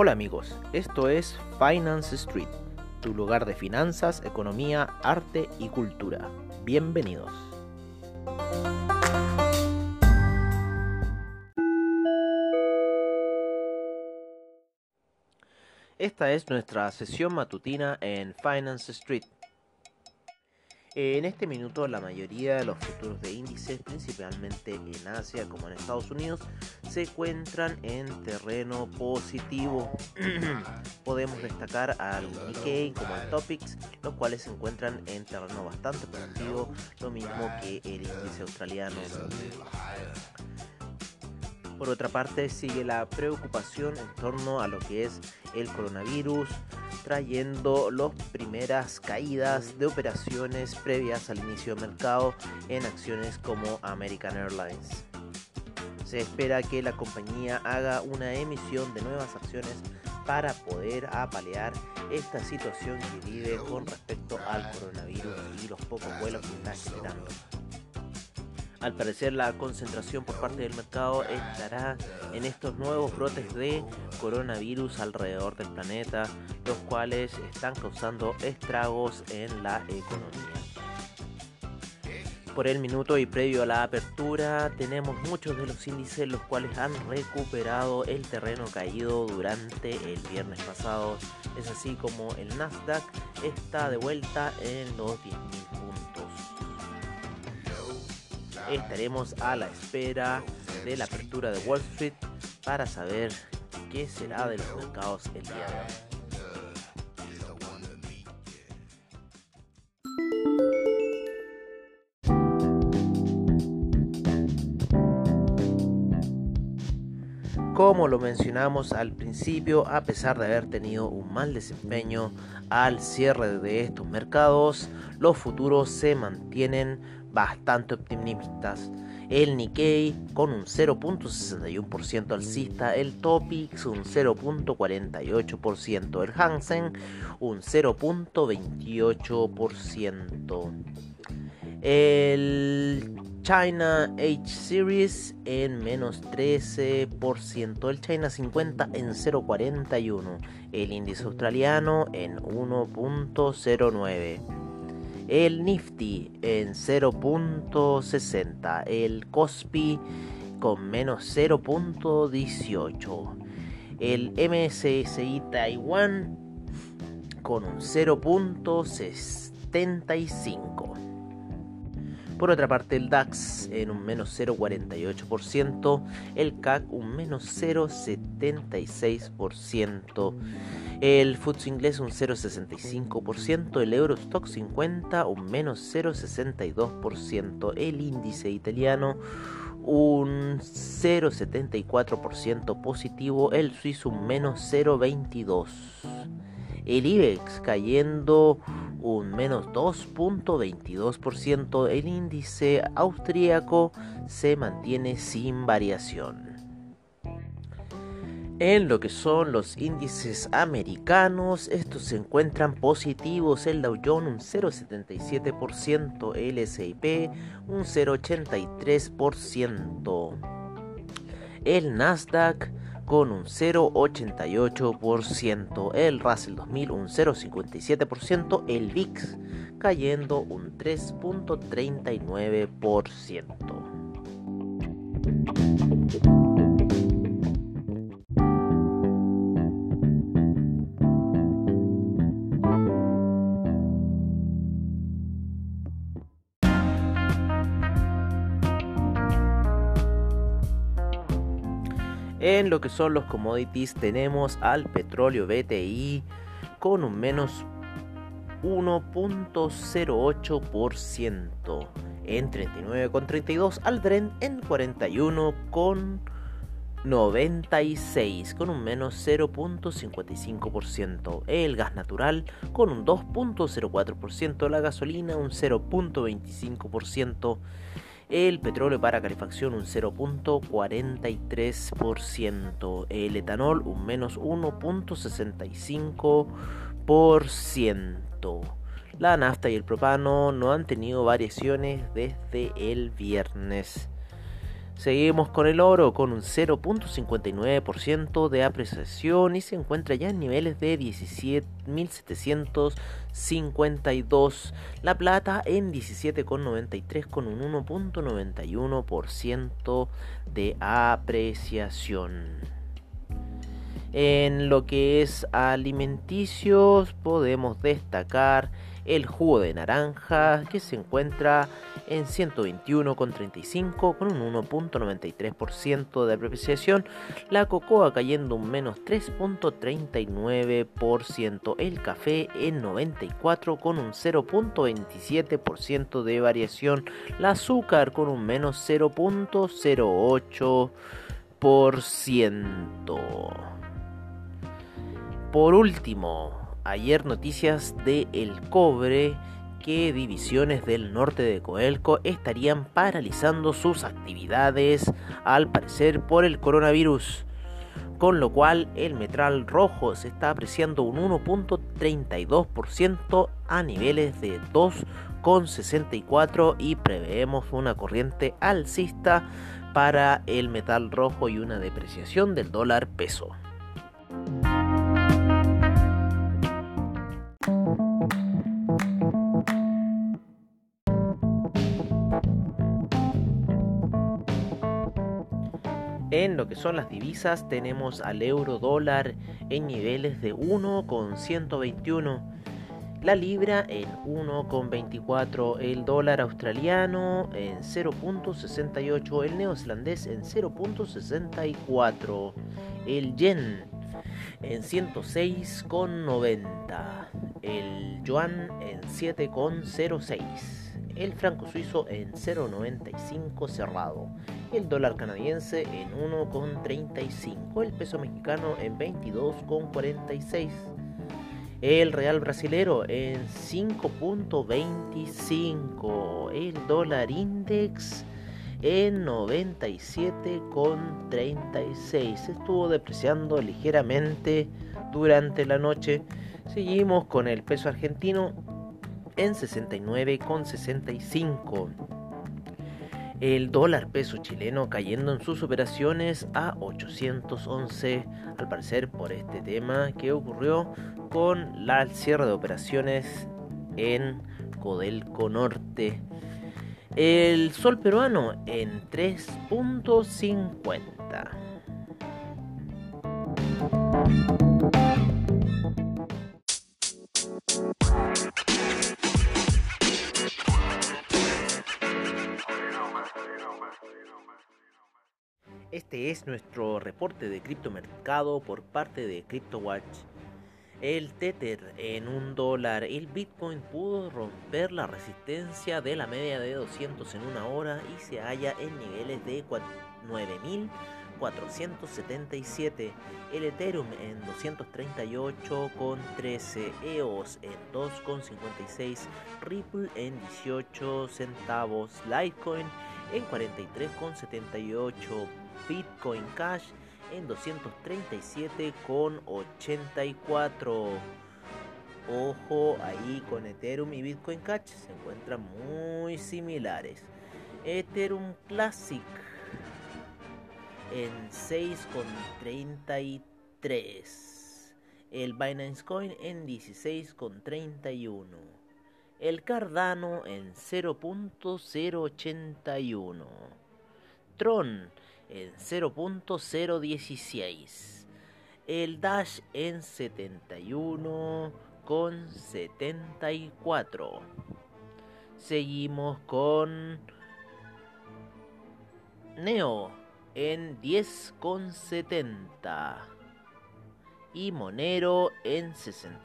Hola amigos, esto es Finance Street, tu lugar de finanzas, economía, arte y cultura. Bienvenidos. Esta es nuestra sesión matutina en Finance Street. En este minuto la mayoría de los futuros de índices, principalmente en Asia como en Estados Unidos, se encuentran en terreno positivo. Podemos destacar al Nikkei como el Topix, los cuales se encuentran en terreno bastante positivo, lo mismo que el índice australiano. Por otra parte, sigue la preocupación en torno a lo que es el coronavirus, trayendo las primeras caídas de operaciones previas al inicio del mercado en acciones como American Airlines. Se espera que la compañía haga una emisión de nuevas acciones para poder apalear esta situación que vive con respecto al coronavirus y los pocos vuelos que está generando. Al parecer la concentración por parte del mercado estará en estos nuevos brotes de coronavirus alrededor del planeta, los cuales están causando estragos en la economía. Por el minuto y previo a la apertura tenemos muchos de los índices los cuales han recuperado el terreno caído durante el viernes pasado. Es así como el Nasdaq está de vuelta en los 10.000 puntos. Estaremos a la espera de la apertura de Wall Street para saber qué será de los mercados el día de hoy. Como lo mencionamos al principio, a pesar de haber tenido un mal desempeño al cierre de estos mercados, los futuros se mantienen bastante optimistas. El Nikkei con un 0.61% alcista, el Topix un 0.48%, el Hang Seng un 0.28%. El China H-Series en menos 13%, el China 50 en 0.41%, el índice australiano en 1.09%, el Nifty en 0.60%, el Kospi con menos 0.18%, el MSCI Taiwan con un 0.75%. Por otra parte, el DAX en un menos 0.48%, el CAC un menos 0.76%, el FTSE inglés un 0.65%, el Eurostock 50 un menos 0.62%, el índice italiano un 0.74% positivo, el suizo un menos 0.22%. El IBEX cayendo un menos 2.22%, el índice austríaco se mantiene sin variación. En lo que son los índices americanos, estos se encuentran positivos, el Dow Jones un 0.77%, el S&P un 0.83%, el Nasdaq con un 0.88%, el Russell 2000 un 0.57%, el VIX cayendo un 3.39%. En lo que son los commodities tenemos al petróleo BTI con un menos 1.08% en 39,32, al Brent en 41,96 con un menos 0.55%, el gas natural con un 2.04%, la gasolina un 0.25%, el petróleo para calefacción un 0.43%, el etanol un menos 1.65%. La nafta y el propano no han tenido variaciones desde el viernes. Seguimos con el oro con un 0.59% de apreciación y se encuentra ya en niveles de 17.752. La plata en 17,93 con un 1.91% de apreciación. En lo que es alimenticios podemos destacar el jugo de naranja, que se encuentra en 121,35 con un 1.93% de apreciación. La cocoa cayendo un menos 3.39%. El café en 94 con un 0.27% de variación. El azúcar con un menos 0.08%. Por último, ayer noticias de el cobre, que divisiones del norte de Codelco estarían paralizando sus actividades, al parecer por el coronavirus, con lo cual el metal rojo se está apreciando un 1.32% a niveles de 2,64 y preveemos una corriente alcista para el metal rojo y una depreciación del dólar peso. En lo que son las divisas tenemos al euro dólar en niveles de 1,121, la libra en 1,24, el dólar australiano en 0.68, el neozelandés en 0.64, el yen en 106,90, el yuan en 7,06, el franco suizo en 0,95 cerrado, el dólar canadiense en 1,35, el peso mexicano en 22,46, el real brasilero en 5,25, el dólar index en 97,36. Estuvo depreciando ligeramente durante la noche. Seguimos con el peso argentino en 69,65. El dólar peso chileno cayendo en sus operaciones a 811, al parecer por este tema que ocurrió con el cierre de operaciones en Codelco Norte. El sol peruano en 3.50. Este es nuestro reporte de criptomercado por parte de CryptoWatch. El Tether en $1, el Bitcoin pudo romper la resistencia de la media de 200 en una hora y se halla en niveles de 9.477, el Ethereum en 238,13, EOS en 2,56, Ripple en 18 centavos, Litecoin en 43,78, Bitcoin Cash en 237,84. Ojo ahí con Ethereum y Bitcoin Cash, se encuentran muy similares. Ethereum Classic en 6,33. El Binance Coin en 16,31. El Cardano en 0.081. Tron en 0.016. El Dash en 71,74. Seguimos con Neo en 10,70 y Monero en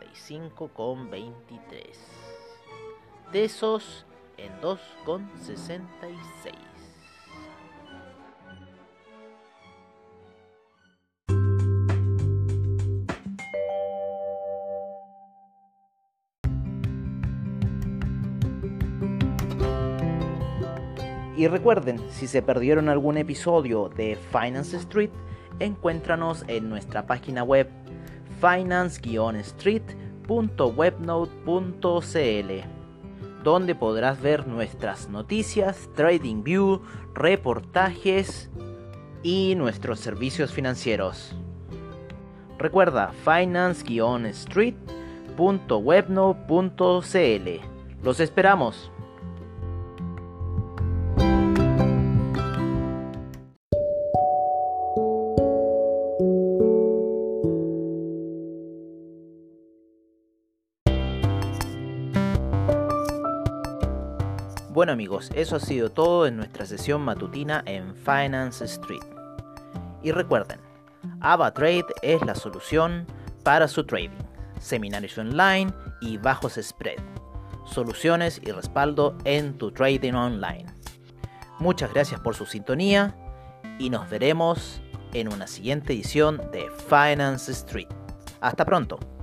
65,23. Tesos en 2,66. Y recuerden, si se perdieron algún episodio de Finance Street, encuéntranos en nuestra página web finance-street.webnode.cl, donde podrás ver nuestras noticias, TradingView, reportajes y nuestros servicios financieros. Recuerda finance-street.webno.cl. Los esperamos. Bueno amigos, eso ha sido todo en nuestra sesión matutina en Finance Street. Y recuerden, AvaTrade es la solución para su trading, seminarios online y bajos spread, soluciones y respaldo en tu trading online. Muchas gracias por su sintonía y nos veremos en una siguiente edición de Finance Street. Hasta pronto.